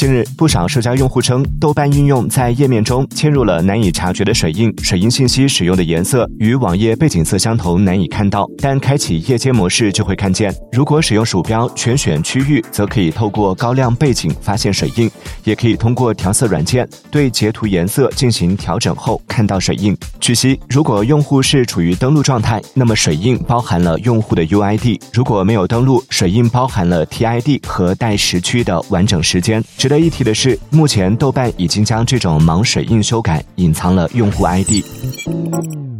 近日，不少社交用户称，豆瓣应用在页面中嵌入了难以察觉的水印，水印信息使用的颜色与网页背景色相同，难以看到，但开启夜间模式就会看见。如果使用鼠标全选区域，则可以透过高亮背景发现水印，也可以通过调色软件对截图颜色进行调整后看到水印。据悉，如果用户是处于登录状态，那么水印包含了用户的 UID， 如果没有登录，水印包含了 TID 和待时区的完整时间。值得一提的是，目前豆瓣已经将这种盲水印修改，隐藏了用户 ID。